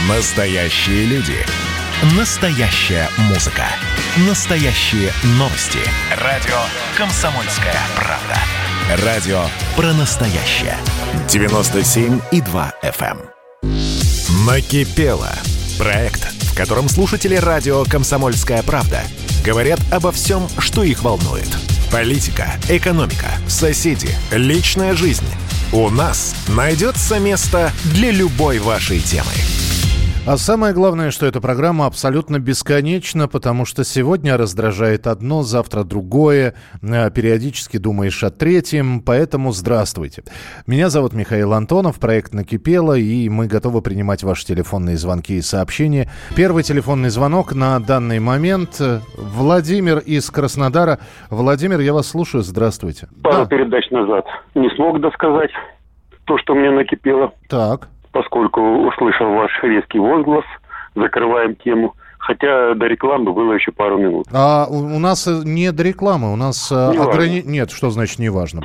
Настоящие люди. Настоящая музыка. Настоящие новости. Радио «Комсомольская правда». Радио про настоящее. 97,2 FM. Накипело. Проект, в котором слушатели радио «Комсомольская правда» говорят обо всем, что их волнует. Политика, экономика, соседи, личная жизнь. У нас найдется место для любой вашей темы. А самое главное, что эта программа абсолютно бесконечна, потому что сегодня раздражает одно, завтра другое, периодически думаешь о третьем, поэтому здравствуйте. Меня зовут Михаил Антонов, проект «Накипело», и мы готовы принимать ваши телефонные звонки и сообщения. Первый телефонный звонок на данный момент. Владимир из Краснодара. Владимир, я вас слушаю, здравствуйте. Пару передач назад не смог досказать то, что мне накипело. Так. Поскольку услышал ваш резкий возглас, закрываем тему. Хотя до рекламы было еще пару минут. А у нас не до рекламы, у нас Нет, что значит неважно?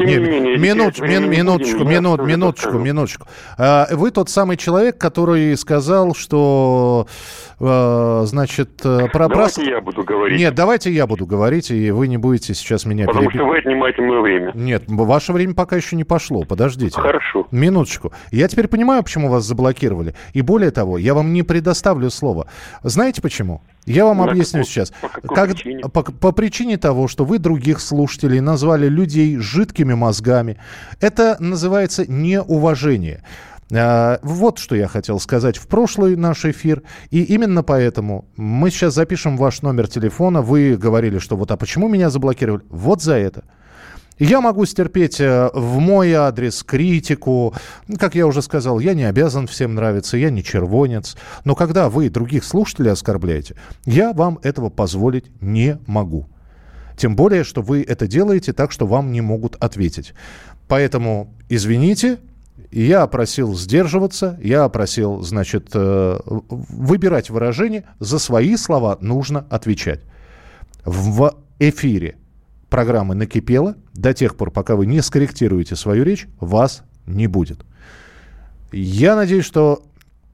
Минуточку. Вы тот самый человек, который сказал, что, значит... Давайте я буду говорить. Нет, давайте я буду говорить, и вы не будете сейчас меня Потому что вы отнимаете мое время. Нет, ваше время пока еще не пошло, подождите. Хорошо. Минуточку. Я теперь понимаю, почему вас заблокировали. И более того, я вам не предоставлю слово. Знаете почему? Я вам объясню сейчас. По причине того, что вы других слушателей назвали людей с жидкими мозгами. Это называется неуважение. Вот что я хотел сказать в прошлый наш эфир. И именно поэтому мы сейчас запишем ваш номер телефона. Вы говорили, что вот, а почему меня заблокировали? Вот за это. Я могу стерпеть в мой адрес критику. Как я уже сказал, я не обязан всем нравиться, я не червонец. Но когда вы других слушателей оскорбляете, я вам этого позволить не могу. Тем более, что вы это делаете так, что вам не могут ответить. Поэтому, извините, я просил сдерживаться, я просил, значит, выбирать выражения. За свои слова нужно отвечать. В эфире программы «Накипело», до тех пор, пока вы не скорректируете свою речь, вас не будет. Я надеюсь, что...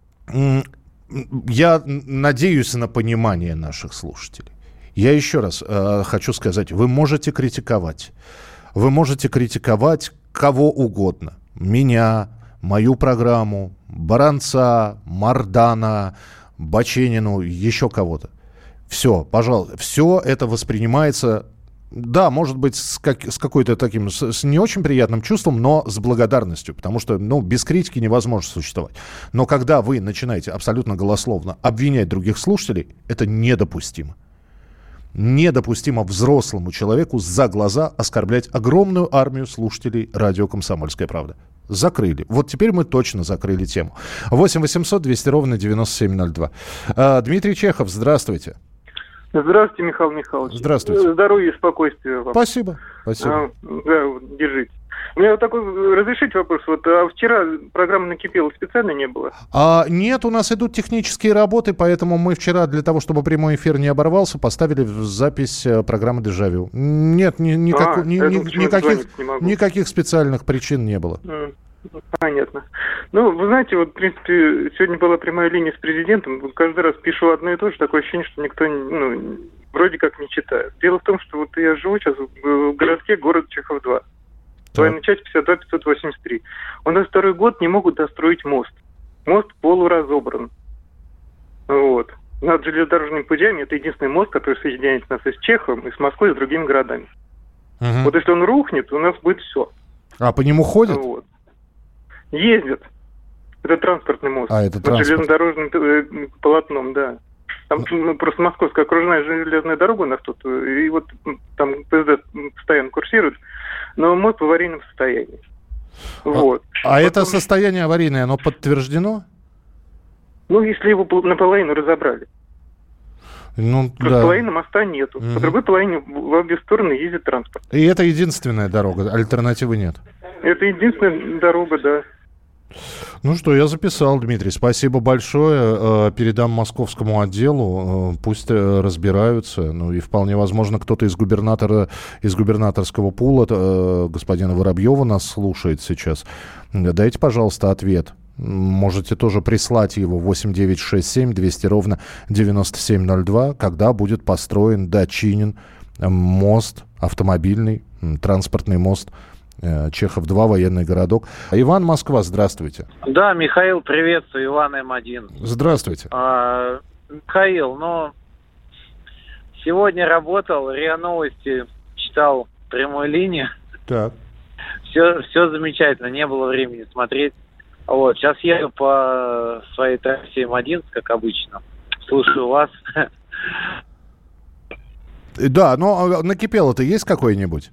Я надеюсь на понимание наших слушателей. Я еще раз хочу сказать, вы можете критиковать. Вы можете критиковать кого угодно. Меня, мою программу, Баранца, Мардана, Баченину, еще кого-то. Все, пожалуйста, все это воспринимается... Да, может быть, с какой-то таким, с не очень приятным чувством, но с благодарностью, потому что, без критики невозможно существовать. Но когда вы начинаете абсолютно голословно обвинять других слушателей, это недопустимо. Недопустимо взрослому человеку за глаза оскорблять огромную армию слушателей радио «Комсомольская правда». Закрыли. Вот теперь мы точно закрыли тему. 8 800 200 ровно 9702. Дмитрий Чехов, здравствуйте. Здравствуйте, Михаил Михайлович. Здравствуйте. Здоровья и спокойствия вам. Спасибо. Да, держите. У меня вот такой, разрешите вопрос. А вчера программа «Накипело» специально не было? Нет, у нас идут технические работы, поэтому мы вчера для того, чтобы прямой эфир не оборвался, поставили в запись программы «Дежавю». Нет, никаких специальных причин не было. Понятно. Вы знаете, в принципе, сегодня была прямая линия с президентом. Каждый раз пишу одно и то же. Такое ощущение, что никто, вроде как не читает. Дело в том, что я живу сейчас в городке город Чехов-2. Военная часть 52-583. У нас второй год не могут достроить мост. Мост полуразобран. Над железнодорожными путями это единственный мост, который соединяет нас и с Чеховым, и с Москвой, и с другими городами. Угу. Если он рухнет, у нас будет все. А по нему ходят? Ездят. Это транспортный мост. Это под железнодорожным полотном, да. Там просто Московская окружная железная дорога у нас тут, и там ПСД постоянно курсирует, но мост в аварийном состоянии. Это состояние аварийное, оно подтверждено? Если его наполовину разобрали. Половины моста нету. По другой половине в обе стороны ездит транспорт. И это единственная дорога, альтернативы нет? Это единственная дорога, да. Я записал, Дмитрий. Спасибо большое. Передам московскому отделу. Пусть разбираются. И вполне возможно, кто-то из губернаторского пула, господина Воробьева, нас слушает сейчас. Дайте, пожалуйста, ответ. Можете тоже прислать его 8-967-200-97-02, когда будет построен, дочинен мост, автомобильный, транспортный мост Чехов-2, военный городок. Иван, Москва, здравствуйте. Да, Михаил, приветствую, Иван М1. Здравствуйте. Михаил, сегодня работал, РИА Новости читал прямую линию. Так. Все замечательно, не было времени смотреть. Сейчас еду по своей трассе М11, как обычно. Слушаю вас. Да, но накипело-то есть какой-нибудь?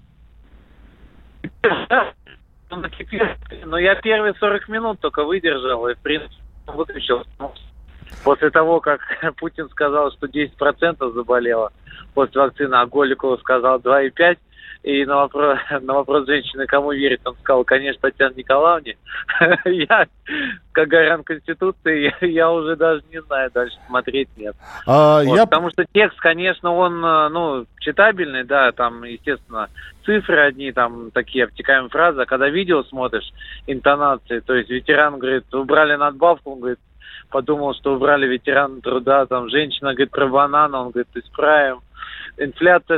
Накипело. Но я первые 40 минут только выдержал и, в принципе, выключил. После того, как Путин сказал, что 10% заболело после вакцины, а Голиков сказал 2,5%, и на вопрос женщины, кому верить, он сказал, конечно, Татьяне Николаевне. Я, как гарант Конституции, я уже даже не знаю, дальше смотреть нет. Потому что текст, конечно, он, читабельный, да, там, естественно, цифры одни, там, такие обтекаемые фразы, а когда видео смотришь, интонации, то есть ветеран говорит, убрали надбавку, он говорит, подумал, что убрали ветеран труда, там, женщина говорит про банан, он говорит, исправим. Инфляция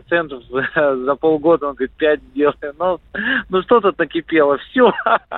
6% за полгода, он говорит, 5 сделаем. Что тут накипело? Все.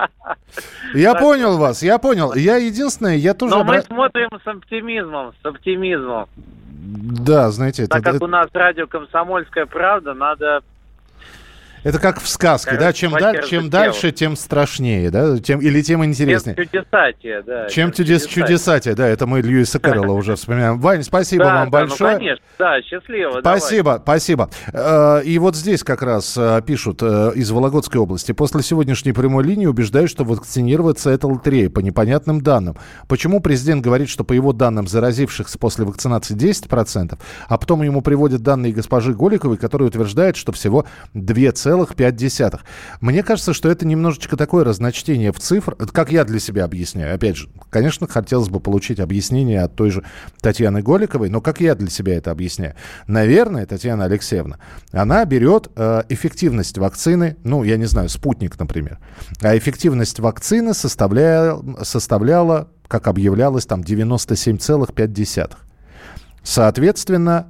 Я понял вас, я понял. Я единственное, я тоже... Но мы смотрим с оптимизмом. Да, знаете... Так как у нас радио «Комсомольская правда», надо... Это как в сказке, да? Чем дальше, тем страшнее, да? Тем интереснее. Чем чудесатее, да. Чем чудесатее, да. Это мы Льюиса Кэрролла уже вспоминаем. Вань, спасибо вам большое. Конечно, да, счастливо. Спасибо. И вот здесь как раз пишут из Вологодской области. После сегодняшней прямой линии убеждают, что вакцинироваться – это лотерея по непонятным данным. Почему президент говорит, что по его данным заразившихся после вакцинации 10%, а потом ему приводят данные госпожи Голиковой, которая утверждает, что всего 2,5%. Мне кажется, что это немножечко такое разночтение в цифрах. Как я для себя объясняю. Опять же, конечно, хотелось бы получить объяснение от той же Татьяны Голиковой, но как я для себя это объясняю? Наверное, Татьяна Алексеевна, она берет эффективность вакцины, я не знаю, «Спутник», например. А эффективность вакцины составляла, как объявлялось, там 97,5%. Соответственно,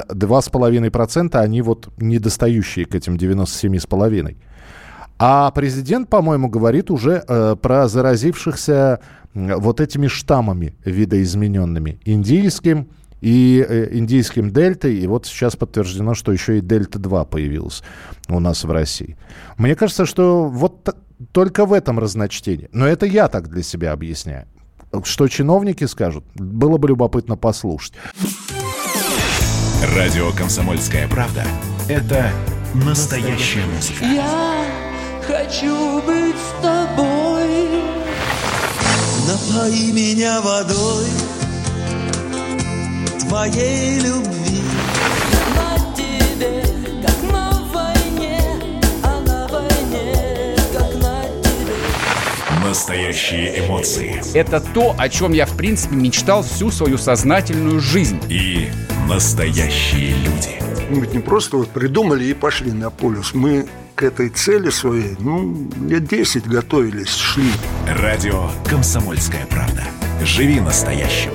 2,5% они недостающие к этим 97,5%. А президент, по-моему, говорит уже про заразившихся этими штаммами видоизмененными. Индийским дельтой. И сейчас подтверждено, что еще и дельта-2 появилась у нас в России. Мне кажется, что только в этом разночтении. Но это я так для себя объясняю. Что чиновники скажут, было бы любопытно послушать. Радио «Комсомольская правда» — это настоящая музыка. Я хочу быть с тобой. Напои меня водой твоей любви. На тебе, как на войне, а на войне, как на тебе. Настоящие эмоции. Это то, о чем я, в принципе, мечтал всю свою сознательную жизнь. И настоящие люди. Мы ведь не просто придумали и пошли на полюс. Мы к этой цели своей, лет 10 готовились, шли. Радио «Комсомольская правда». Живи настоящим.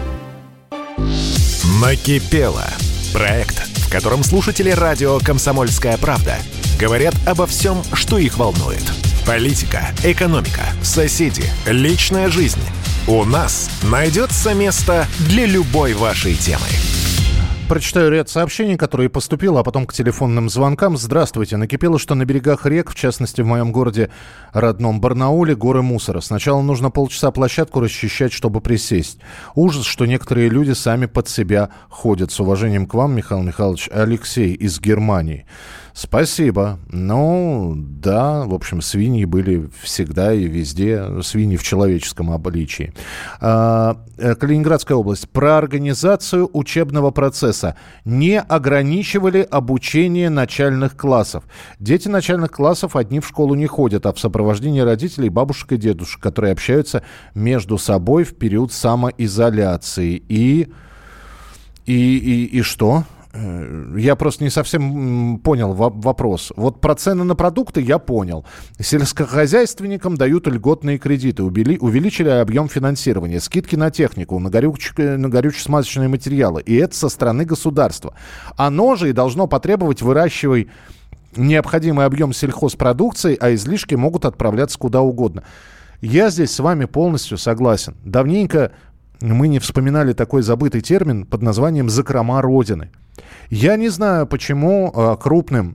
Накипело. Проект, в котором слушатели радио «Комсомольская правда» говорят обо всем, что их волнует. Политика, экономика, соседи, личная жизнь. У нас найдется место для любой вашей темы. Прочитаю ряд сообщений, которые поступило, а потом к телефонным звонкам. Здравствуйте. Накипело, что на берегах рек, в частности в моем городе родном Барнауле, горы мусора. Сначала нужно полчаса площадку расчищать, чтобы присесть. Ужас, что некоторые люди сами под себя ходят. С уважением к вам, Михаил Михайлович. Алексей из Германии. Спасибо. Да, в общем, свиньи были всегда и везде. Свиньи в человеческом обличии. Калининградская область. Про организацию учебного процесса. Не ограничивали обучение начальных классов. Дети начальных классов одни в школу не ходят, а в сопровождении родителей, бабушек и дедушек, которые общаются между собой в период самоизоляции. И что? Я просто не совсем понял вопрос. Вот про цены на продукты я понял. Сельскохозяйственникам дают льготные кредиты, увеличили объем финансирования, скидки на технику, на горюче-смазочные материалы. И это со стороны государства. Оно же и должно потребовать выращивать необходимый объем сельхозпродукции, а излишки могут отправляться куда угодно. Я здесь с вами полностью согласен. Давненько мы не вспоминали такой забытый термин под названием «закрома Родины». Я не знаю, почему крупным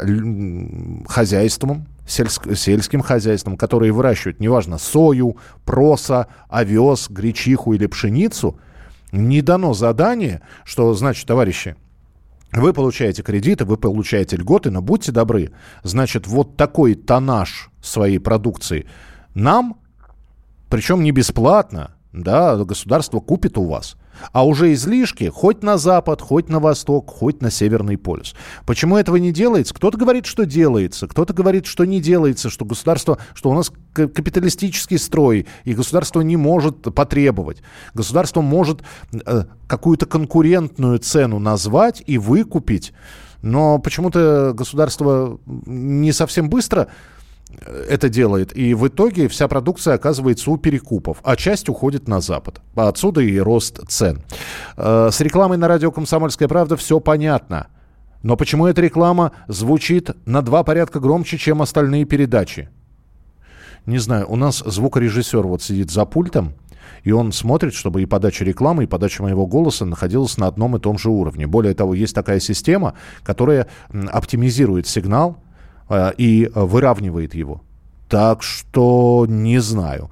хозяйствам, сельским хозяйствам, которые выращивают, неважно, сою, проса, овес, гречиху или пшеницу, не дано задание, что, значит, товарищи, вы получаете кредиты, вы получаете льготы, но будьте добры, значит, вот такой тоннаж своей продукции нам, причем не бесплатно, да, государство купит у вас. А уже излишки хоть на запад, хоть на восток, хоть на Северный полюс. Почему этого не делается? Кто-то говорит, что делается, кто-то говорит, что не делается, что государство, что у нас капиталистический строй, и государство не может потребовать. Государство может какую-то конкурентную цену назвать и выкупить, но почему-то государство не совсем быстро это делает, и в итоге вся продукция оказывается у перекупов, а часть уходит на Запад. Отсюда и рост цен. С рекламой на радио «Комсомольская правда» все понятно. Но почему эта реклама звучит на 2 порядка громче, чем остальные передачи? Не знаю, у нас звукорежиссер вот сидит за пультом, и он смотрит, чтобы и подача рекламы, и подача моего голоса находилась на одном и том же уровне. Более того, есть такая система, которая оптимизирует сигнал и выравнивает его. Так что не знаю.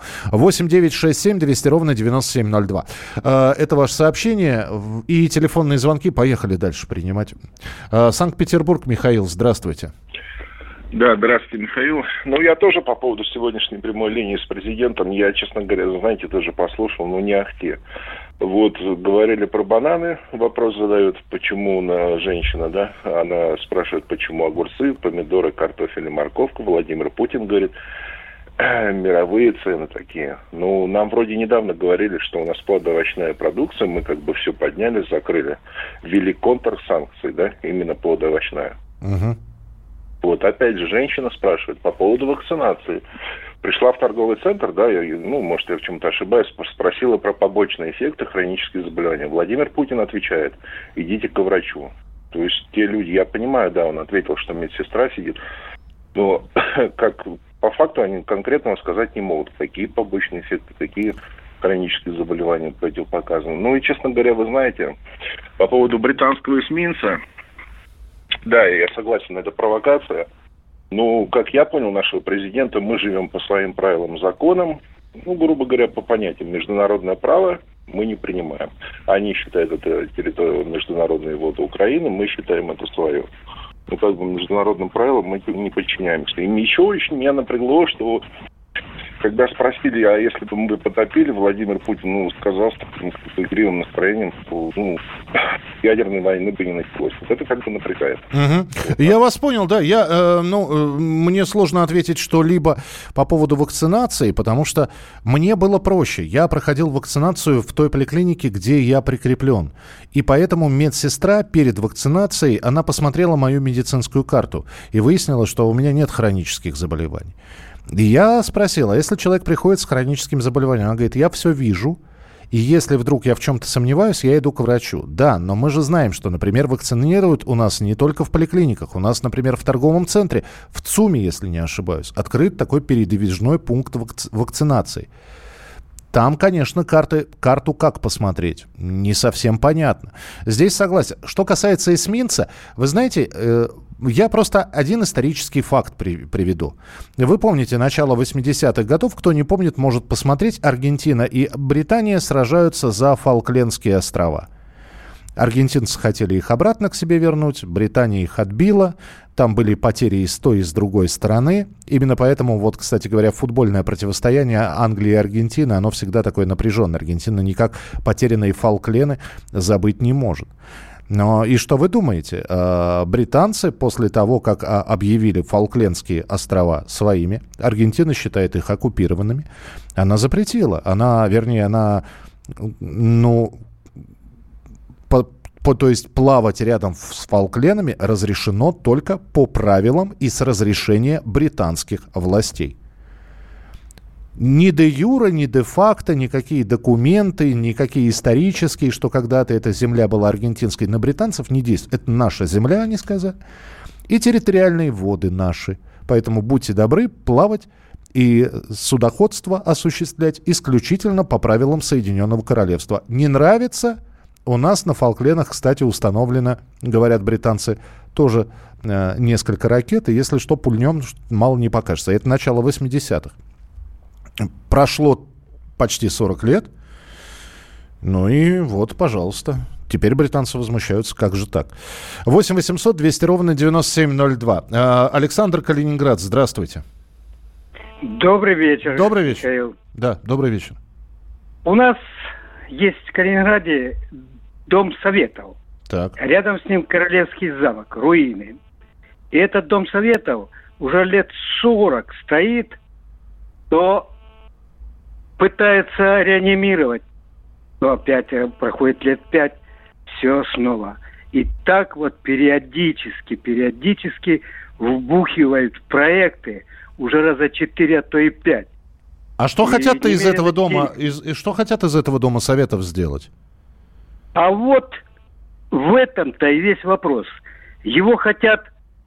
8-967-200-97-02. Это ваше сообщение и телефонные звонки. Поехали дальше принимать. Санкт-Петербург, Михаил, здравствуйте. Да, здравствуйте, Михаил. Ну, я тоже по поводу сегодняшней прямой линии с президентом, я, честно говоря, знаете, тоже послушал, но не ахти. Вот, говорили про бананы, вопрос задают, почему женщина, да, она спрашивает, почему огурцы, помидоры, картофель и морковка. Владимир Путин говорит, мировые цены такие. Ну, нам вроде недавно говорили, что у нас плодоовощная продукция, мы как бы все подняли, закрыли. Ввели контрсанкции, да, именно плодоовощная. Угу. Вот, опять же, женщина спрашивает по поводу вакцинации. Пришла в торговый центр, да, может, я в чем-то ошибаюсь, спросила про побочные эффекты, хронические заболевания. Владимир Путин отвечает, идите к врачу. То есть те люди, я понимаю, да, он ответил, что медсестра сидит, но как по факту они конкретно сказать не могут, какие побочные эффекты, какие хронические заболевания противопоказаны. Ну и, честно говоря, вы знаете, по поводу британского эсминца, да, я согласен, это провокация. Ну, как я понял нашего президента, мы живем по своим правилам, законам, ну, грубо говоря, по понятиям международное право мы не принимаем. Они считают это территорией международной воды Украины, мы считаем это свое. Ну, как бы международным правилам мы не подчиняемся. И еще очень меня напрягло, что когда спросили, а если бы мы потопили, Владимир Путин, сказал с таким игривым настроением, что, ядерной войны бы не началось. Вот это как бы напрягает. Угу. Я вас понял, да. Мне сложно ответить что-либо по поводу вакцинации, потому что мне было проще. Я проходил вакцинацию в той поликлинике, где я прикреплен. И поэтому медсестра перед вакцинацией, она посмотрела мою медицинскую карту и выяснила, что у меня нет хронических заболеваний. И я спросил, а если человек приходит с хроническим заболеванием? Она говорит, я все вижу, и если вдруг я в чем-то сомневаюсь, я иду к врачу. Да, но мы же знаем, что, например, вакцинируют у нас не только в поликлиниках. У нас, например, в торговом центре, в ЦУМе, если не ошибаюсь, открыт такой передвижной пункт вакцинации. Там, конечно, карту как посмотреть, не совсем понятно. Здесь согласен. Что касается эсминца, вы знаете, я просто один исторический факт приведу. Вы помните начало 80-х годов, кто не помнит, может посмотреть. Аргентина и Британия сражаются за Фолклендские острова. Аргентинцы хотели их обратно к себе вернуть, Британия их отбила. Там были потери и с той, и с другой стороны. Именно поэтому, вот, кстати говоря, футбольное противостояние Англии и Аргентины, оно всегда такое напряженное. Аргентина никак потерянные Фолкленды забыть не может. Но и что вы думаете? Британцы после того, как объявили Фолклендские острова своими, Аргентина считает их оккупированными, она запретила. Она То есть плавать рядом с Фолклендами разрешено только по правилам и с разрешения британских властей. Ни де юре, ни де факто, никакие документы, никакие исторические, что когда-то эта земля была аргентинской, на британцев не действует. Это наша земля, они сказали. И территориальные воды наши. Поэтому будьте добры плавать и судоходство осуществлять исключительно по правилам Соединенного Королевства. Не нравится? У нас на Фолклендах, кстати, установлено, говорят британцы, тоже несколько ракет. И если что, пульнем, мало не покажется. Это начало 80-х. Прошло почти 40 лет. Ну и вот, пожалуйста. Теперь британцы возмущаются. Как же так? 8 800 200 ровно 9702. Александр, Калининград, здравствуйте. Добрый вечер. Добрый вечер. Михаил. Да, добрый вечер. У нас есть в Калининграде Дом Советов. Так. Рядом с ним Королевский замок, руины. И этот Дом Советов уже лет 40 стоит, то пытается реанимировать. Но опять проходит лет 5, все снова. И так вот периодически вбухивают проекты уже раза 4, а то и 5. А что хотят-то из этого дома, что хотят из этого Дома Советов сделать? А вот в этом-то и весь вопрос. Его хотят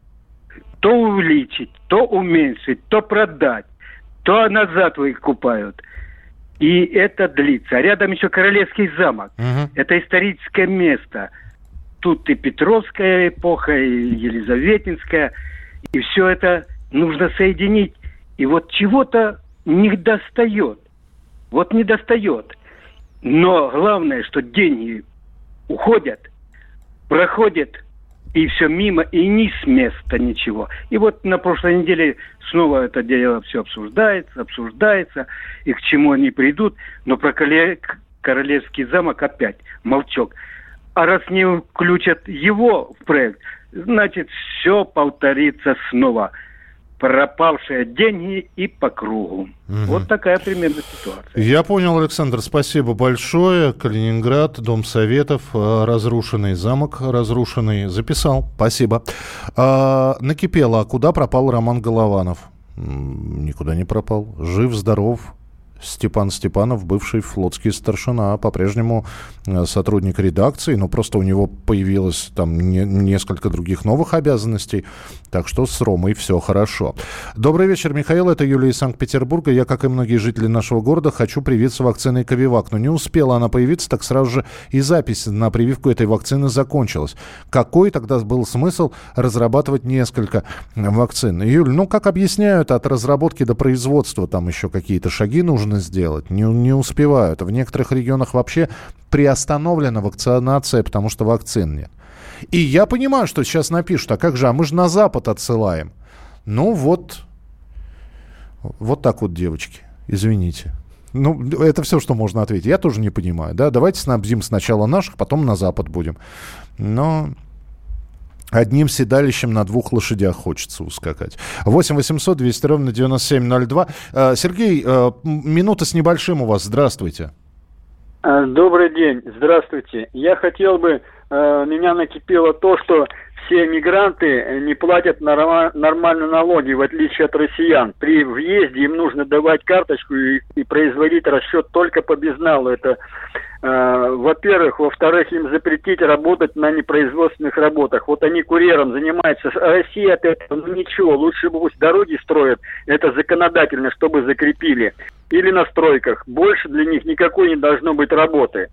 то увеличить, то уменьшить, то продать, то назад выкупают. И это длится. А рядом еще Королевский замок. Это историческое место. Тут и Петровская эпоха, и Елизаветинская. И все это нужно соединить. И вот чего-то не достает. Вот не достает. Но главное, что деньги уходят, проходят, и все мимо, и ни с места ничего. И вот на прошлой неделе снова это дело все обсуждается, и к чему они придут. Но про Королевский замок опять молчок. А раз не включат его в проект, значит, все повторится снова. Пропавшие деньги и по кругу. Вот такая примерно ситуация. Я понял, Александр, спасибо большое. Калининград, Дом Советов, разрушенный замок, разрушенный. Записал, спасибо. Накипело. А куда пропал Роман Голованов? Никуда не пропал. Жив, здоров. Степан Степанов, бывший флотский старшина, по-прежнему сотрудник редакции, но просто у него появилось там несколько других новых обязанностей, так что с Ромой все хорошо. Добрый вечер, Михаил, это Юлия из Санкт-Петербурга. Я, как и многие жители нашего города, хочу привиться вакциной Ковивак, но не успела она появиться, так сразу же и запись на прививку этой вакцины закончилась. Какой тогда был смысл разрабатывать несколько вакцин? Юль, ну как объясняют, от разработки до производства там еще какие-то шаги нужны сделать, не успевают. В некоторых регионах вообще приостановлена вакцинация, потому что вакцин нет. И я понимаю, что сейчас напишут, а как же, а мы же на Запад отсылаем. Ну вот так вот, девочки, извините. Ну, это все, что можно ответить. Я тоже не понимаю, да, давайте снабдим сначала наших, потом на Запад будем. Но одним седалищем на двух лошадях хочется ускакать. 8 800 200 ровно 9702. Сергей, минута с небольшим у вас. Здравствуйте. Добрый день. Здравствуйте. Я хотел бы... Меня накипело то, что все мигранты не платят нормально налоги, в отличие от россиян. При въезде им нужно давать карточку и производить расчет только по безналу. Это, во-первых. Во-вторых, им запретить работать на непроизводственных работах. Вот они курьером занимаются. А Россия от этого, ничего, лучше пусть дороги строят. Это законодательно, чтобы закрепили. Или на стройках. Больше для них никакой не должно быть работы.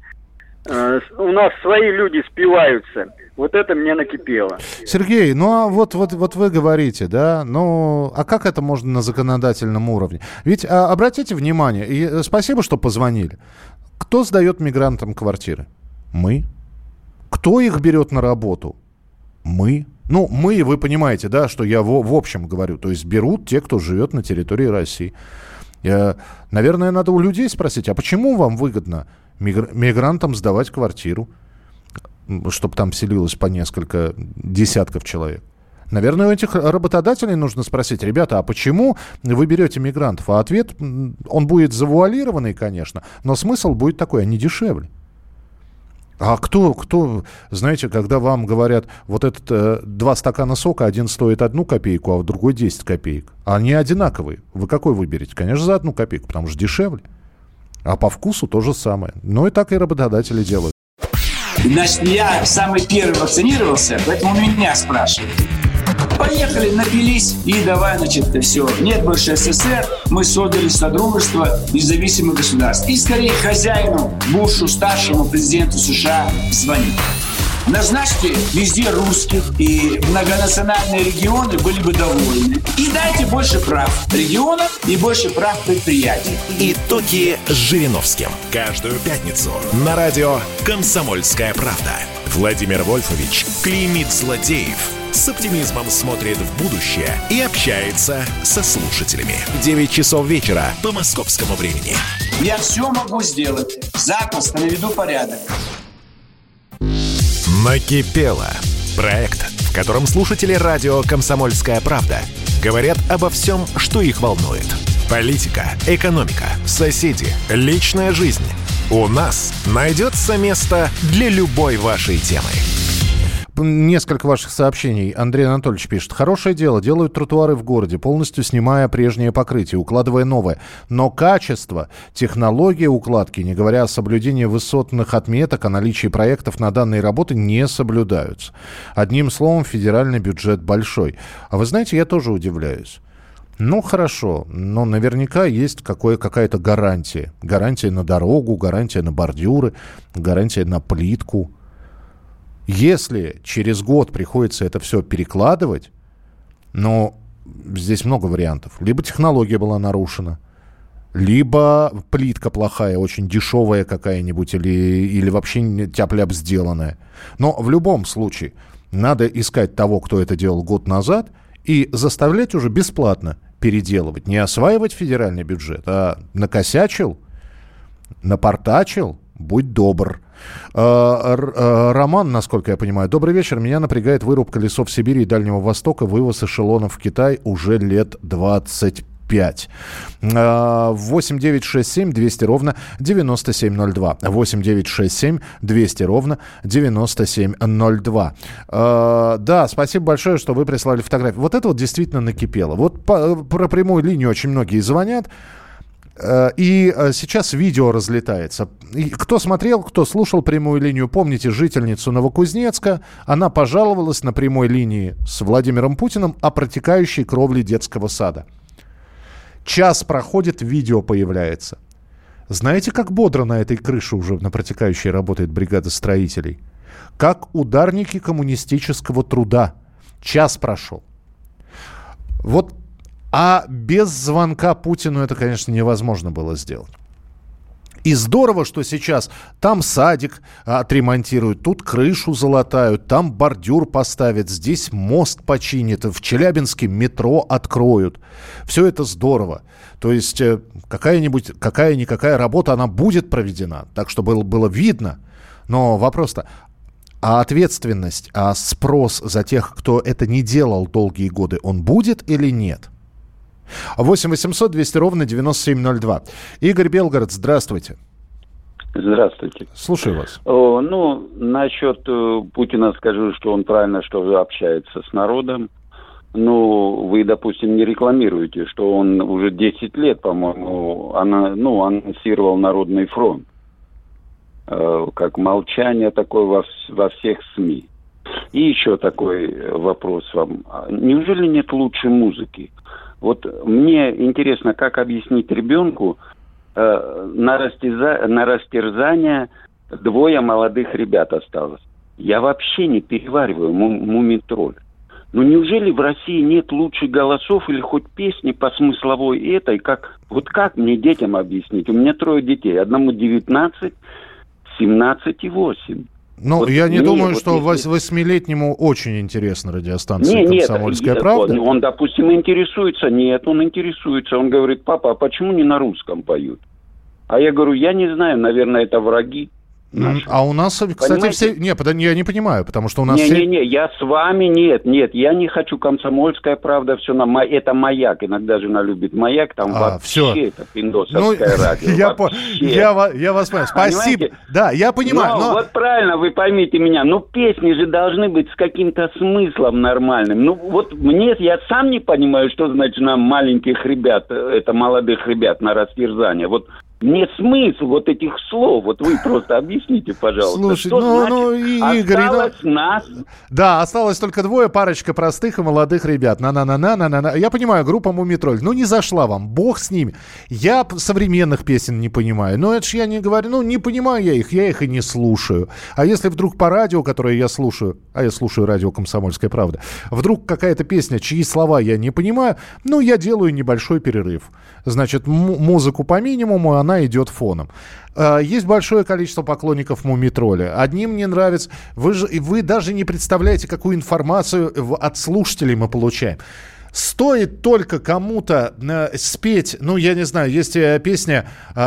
У нас свои люди спиваются. Вот это мне накипело. Сергей, ну а вот вы говорите, да, ну а как это можно на законодательном уровне? Ведь обратите внимание, и спасибо, что позвонили. Кто сдает мигрантам квартиры? Мы. Кто их берет на работу? Мы. Ну, мы, вы понимаете, да, что я в общем говорю. То есть берут те, кто живет на территории России. Наверное, надо у людей спросить, а почему вам выгодно мигрантам сдавать квартиру, чтобы там селилось по несколько десятков человек? Наверное, у этих работодателей нужно спросить, ребята, а почему вы берете мигрантов? А ответ, он будет завуалированный, конечно, но смысл будет такой, они дешевле. А кто, знаете, когда вам говорят, вот этот 2 стакана сока, один стоит 1 копейку, а другой 10 копеек. Они одинаковые. Вы какой выберете? Конечно, за 1 копейку, потому что дешевле. А по вкусу то же самое. Ну и так и работодатели делают. Значит, я самый первый вакцинировался, поэтому меня спрашивают. Поехали, напились и давай, значит, все. Нет больше СССР, мы создали Содружество независимых государств. И скорее хозяину, Бушу, старшему президенту США звонить. Назначьте везде русских, и многонациональные регионы были бы довольны. И дайте больше прав регионам и больше прав предприятий. Итоги с Жириновским. Каждую пятницу на радио «Комсомольская правда». Владимир Вольфович клеймит злодеев, с оптимизмом смотрит в будущее и общается со слушателями. 9 часов вечера по московскому времени. Я все могу сделать. Запросто наведу порядок. Накипело. Проект, в котором слушатели радио «Комсомольская правда» говорят обо всем, что их волнует. Политика, экономика, соседи, личная жизнь. У нас найдется место для любой вашей темы. Несколько ваших сообщений. Андрей Анатольевич пишет. Хорошее дело. Делают тротуары в городе, полностью снимая прежнее покрытие, укладывая новое. Но качество, технология укладки, не говоря о соблюдении высотных отметок, о наличии проектов на данные работы, не соблюдаются. Одним словом, федеральный бюджет большой. А вы знаете, я тоже удивляюсь. Ну, хорошо, но наверняка есть какая-то гарантия. Гарантия на дорогу, гарантия на бордюры, гарантия на плитку. Если через год приходится это все перекладывать, но здесь много вариантов. Либо технология была нарушена, либо плитка плохая, очень дешевая какая-нибудь, или вообще тяп-ляп сделанная. Но в любом случае надо искать того, кто это делал год назад, и заставлять уже бесплатно переделывать. Не осваивать федеральный бюджет, а накосячил, напортачил, будь добр. Роман, насколько я понимаю. Добрый вечер. Меня напрягает вырубка лесов Сибири и Дальнего Востока, вывоз эшелонов в Китай уже лет 25. 8 9 6 7 200 ровно 9702. 8 9 6 7 200 ровно 9702. Да, спасибо большое, что вы прислали фотографию. Вот это вот действительно накипело. Вот про прямую линию очень многие звонят. И сейчас видео разлетается. И кто смотрел, кто слушал прямую линию, помните жительницу Новокузнецка. Она пожаловалась на прямой линии с Владимиром Путиным о протекающей кровле детского сада. Час проходит, видео появляется. Знаете, как бодро на этой крыше уже на протекающей работает бригада строителей? Как ударники коммунистического труда. Час прошел. Вот. А без звонка Путину это, конечно, невозможно было сделать. И здорово, что сейчас там садик отремонтируют, тут крышу залатают, там бордюр поставят, здесь мост починят, в Челябинске метро откроют. Все это здорово. То есть какая-никакая работа, она будет проведена, так что было видно. Но вопрос-то, а ответственность, а спрос за тех, кто это не делал долгие годы, он будет или нет? 8 800 200 ровно 9702. Игорь Белгород, здравствуйте. Здравствуйте. Слушаю вас. Насчет Путина скажу, что он правильно, что общается с народом. Вы, допустим, не рекламируете, что он уже 10 лет, по-моему, анонсировал Народный фронт. Как молчание такое во всех СМИ. И еще такой вопрос вам. Неужели нет лучшей музыки? Вот мне интересно, как объяснить ребенку на растерзание 2 молодых ребят осталось. Я вообще не перевариваю Мумий-тролль. Неужели в России нет лучших голосов или хоть песни по смысловой этой? Как мне детям объяснить? У меня 3 детей. Одному 19, 17 и 8. Я не думаю, что 8-летнему очень интересна радиостанция «Комсомольская правда». Он, допустим, интересуется. Нет, он интересуется. Он говорит: папа, а почему не на русском поют? А я говорю: я не знаю, наверное, это враги. А у нас, кстати, Понимаете? все... я не понимаю, потому что у нас Не, я с вами, нет, я не хочу «Комсомольская правда», все это «Маяк», иногда жена любит «Маяк», там вообще всё. это пиндосовское радио. Я вас понимаю, спасибо. Понимаете? Да, я понимаю, но... Вот правильно, вы поймите меня, песни же должны быть с каким-то смыслом нормальным. Я сам не понимаю, что значит нам маленьких ребят, это молодых ребят на растерзание. Мне смысл вот этих слов, вы просто объясните, пожалуйста. Слушай, что значит Игорь, осталось нас? Да, осталось только двое, парочка простых и молодых ребят. На-на-на-на-на-на. Я понимаю, группа «Мумитроль». Не зашла вам, бог с ними. Я современных песен не понимаю. Это ж я не говорю, не понимаю я их и не слушаю. А если вдруг по радио, которое я слушаю, а я слушаю радио «Комсомольская правда», вдруг какая-то песня, чьи слова я не понимаю, я делаю небольшой перерыв. Значит, музыку по минимуму, она идет фоном. Есть большое количество поклонников «Мумитроля». Одним не нравится. Вы даже не представляете, какую информацию от слушателей мы получаем. Стоит только кому-то спеть, я не знаю, есть песня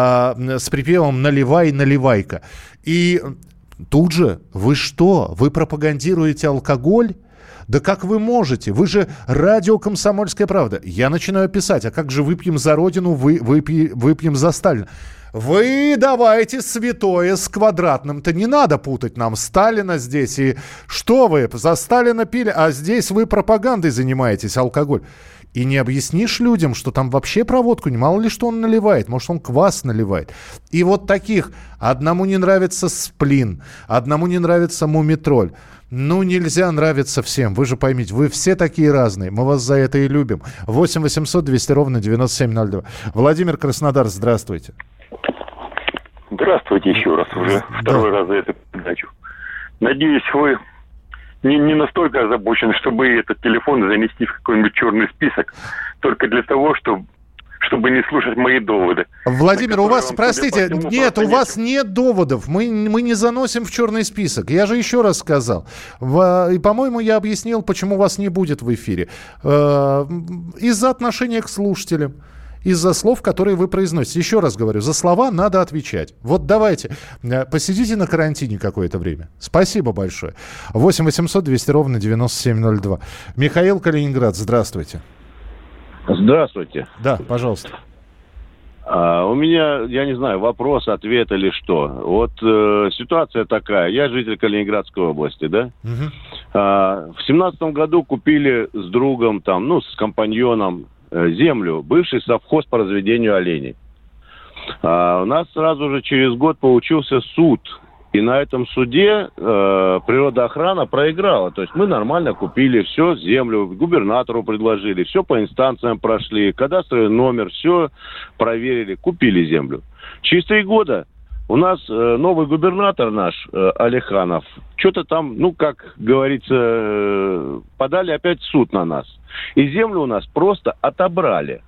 с припевом «Наливай, наливайка». И тут же, вы что? Вы пропагандируете алкоголь? Да как вы можете? Вы же радио «Комсомольская правда». Я начинаю писать, а как же выпьем за Родину, выпьем за Сталина? Вы давайте святое с квадратным-то. Не надо путать нам Сталина здесь. И что вы за Сталина пили, а здесь вы пропагандой занимаетесь, алкоголь. И не объяснишь людям, что там вообще про водку, мало ли что он наливает, может он квас наливает. И вот таких, одному не нравится «Сплин», одному не нравится «Мумитроль». Нельзя нравиться всем. Вы же поймите, вы все такие разные. Мы вас за это и любим. 8 800 200 ровно 9702. Владимир, Краснодар, здравствуйте. Здравствуйте еще раз, уже второй раз за эту передачу. Надеюсь, вы не настолько озабочены, чтобы этот телефон занести в какой-нибудь черный список, только для того, чтобы не слушать мои доводы. Владимир, у вас, простите, нет, у вас нет доводов. Мы не заносим в черный список. Я же еще раз сказал. И, по-моему, я объяснил, почему вас не будет в эфире. Из-за отношения к слушателям. Из-за слов, которые вы произносите. Еще раз говорю, за слова надо отвечать. Давайте, посидите на карантине какое-то время. Спасибо большое. 8 800 200 ровно 9702. Михаил, Калининград, здравствуйте. Здравствуйте. Да, пожалуйста. У меня, я не знаю, вопрос, ответ или что. Ситуация такая. Я житель Калининградской области, да? В 17 году купили с другом, с компаньоном землю, бывший совхоз по разведению оленей. У нас сразу же через год получился суд. И на этом суде природоохрана проиграла. То есть мы нормально купили все, землю, губернатору предложили, все по инстанциям прошли, кадастровый номер, все проверили, купили землю. Через 3 года у нас новый губернатор наш, Алиханов, что-то там, как говорится, подали опять в суд на нас. И землю у нас просто отобрали.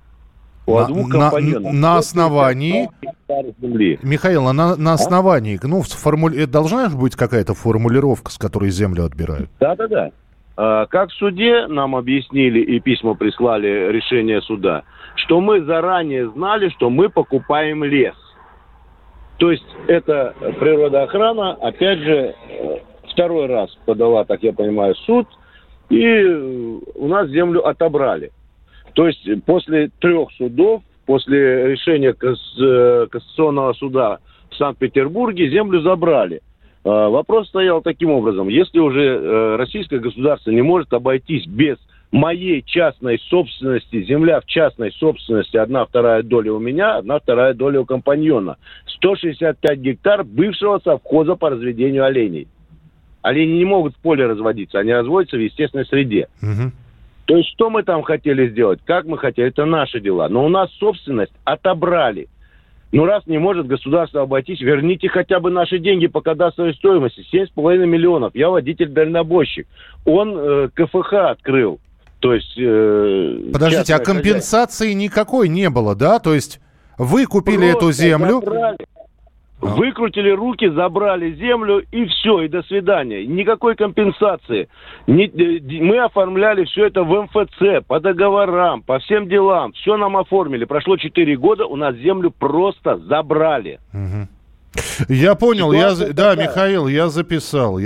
На основании... Михаил, на основании... Должна же быть какая-то формулировка, с которой землю отбирают? Да. Как в суде нам объяснили и письма прислали, решение суда, что мы заранее знали, что мы покупаем лес. То есть это природоохрана, опять же, второй раз подала, так я понимаю, суд, и у нас землю отобрали. То есть после 3 судов, после решения Кассационного суда в Санкт-Петербурге землю забрали. Вопрос стоял таким образом. Если уже российское государство не может обойтись без моей частной собственности, земля в частной собственности, 1/2 доля у меня, 1/2 доля у компаньона. 165 гектар бывшего совхоза по разведению оленей. Олени не могут в поле разводиться, они разводятся в естественной среде. То есть, что мы там хотели сделать, как мы хотели, это наши дела. Но у нас собственность отобрали. Раз не может государство обойтись, верните хотя бы наши деньги по кадастровой стоимости. 7,5 миллионов. Я водитель-дальнобойщик. Он КФХ открыл. То есть... Подождите, а компенсации никакой не было, да? То есть, вы купили эту землю... Выкрутили руки, забрали землю и все, и до свидания. Никакой компенсации. Мы оформляли все это в МФЦ, по договорам, по всем делам. Все нам оформили. Прошло 4 года, у нас землю просто забрали. Я понял, Михаил, я записал.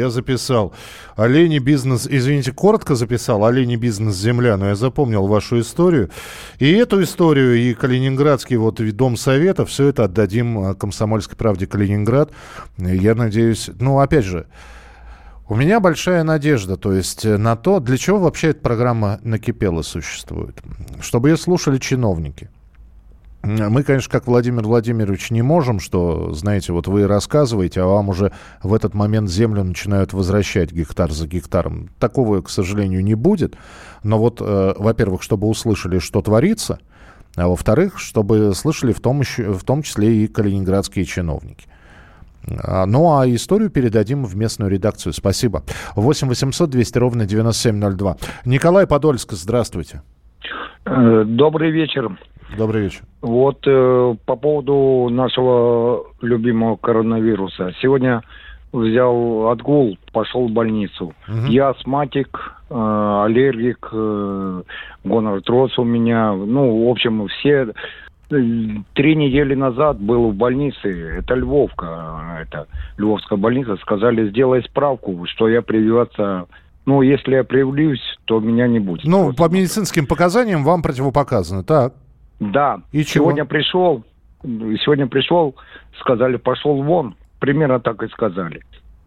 Олени бизнес, извините, коротко записал, Олени бизнес земля, но я запомнил вашу историю. И эту историю, и Калининградский Дом Совета, все это отдадим «Комсомольской правде» Калининград. Я надеюсь, опять же, у меня большая надежда, то есть на то, для чего вообще эта программа «Накипело» существует. Чтобы ее слушали чиновники. Мы, конечно, как Владимир Владимирович, не можем, что, знаете, вы рассказываете, а вам уже в этот момент землю начинают возвращать гектар за гектаром. Такого, к сожалению, не будет. Но во-первых, чтобы услышали, что творится, а во-вторых, чтобы слышали в том числе и калининградские чиновники. А историю передадим в местную редакцию. Спасибо. 8 800 200 ровно 9702. Николай Подольск, здравствуйте. Добрый вечер. Добрый вечер. По поводу нашего любимого коронавируса. Сегодня взял отгул, пошел в больницу. Я астматик, аллергик, гонартроз у меня. В общем, все... 3 недели назад был в больнице, это Львовка, это Львовская больница, сказали, сделай справку, что я прививаться... если я привлюсь, то меня не будет. По медицинским показаниям вам противопоказано, так? Да. И чего? Сегодня пришел, сказали, пошел вон. Примерно так и сказали.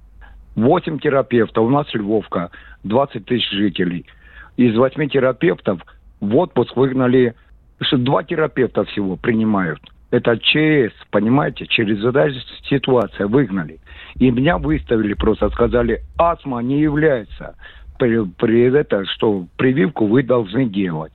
8 терапевтов. У нас Львовка, 20 тысяч жителей. Из 8 терапевтов в отпуск выгнали... 2 терапевта всего принимают. Это ЧС, понимаете? Чрезвычайная ситуация выгнали. И меня выставили просто. Сказали, астма не является. Что прививку вы должны делать.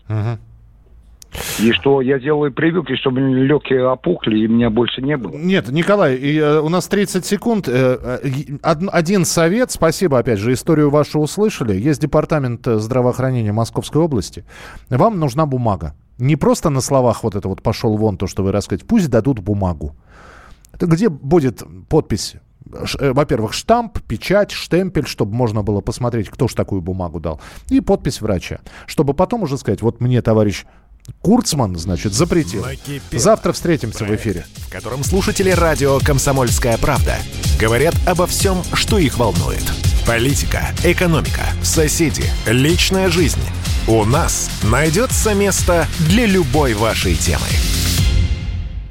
И что я делаю прививки, чтобы легкие опухли, и меня больше не было. Нет, Николай, у нас 30 секунд. Один совет. Спасибо, опять же, историю вашу услышали. Есть департамент здравоохранения Московской области. Вам нужна бумага. Не просто на словах пошел вон, то, что вы рассказываете. Пусть дадут бумагу. Это где будет подпись? Во-первых, штамп, печать, штемпель, чтобы можно было посмотреть, кто ж такую бумагу дал. И подпись врача. Чтобы потом уже сказать, мне товарищ Курцман, запретил. Завтра встретимся в эфире. В котором слушатели радио «Комсомольская правда» говорят обо всем, что их волнует. Политика, экономика, соседи, личная жизнь. У нас найдется место для любой вашей темы.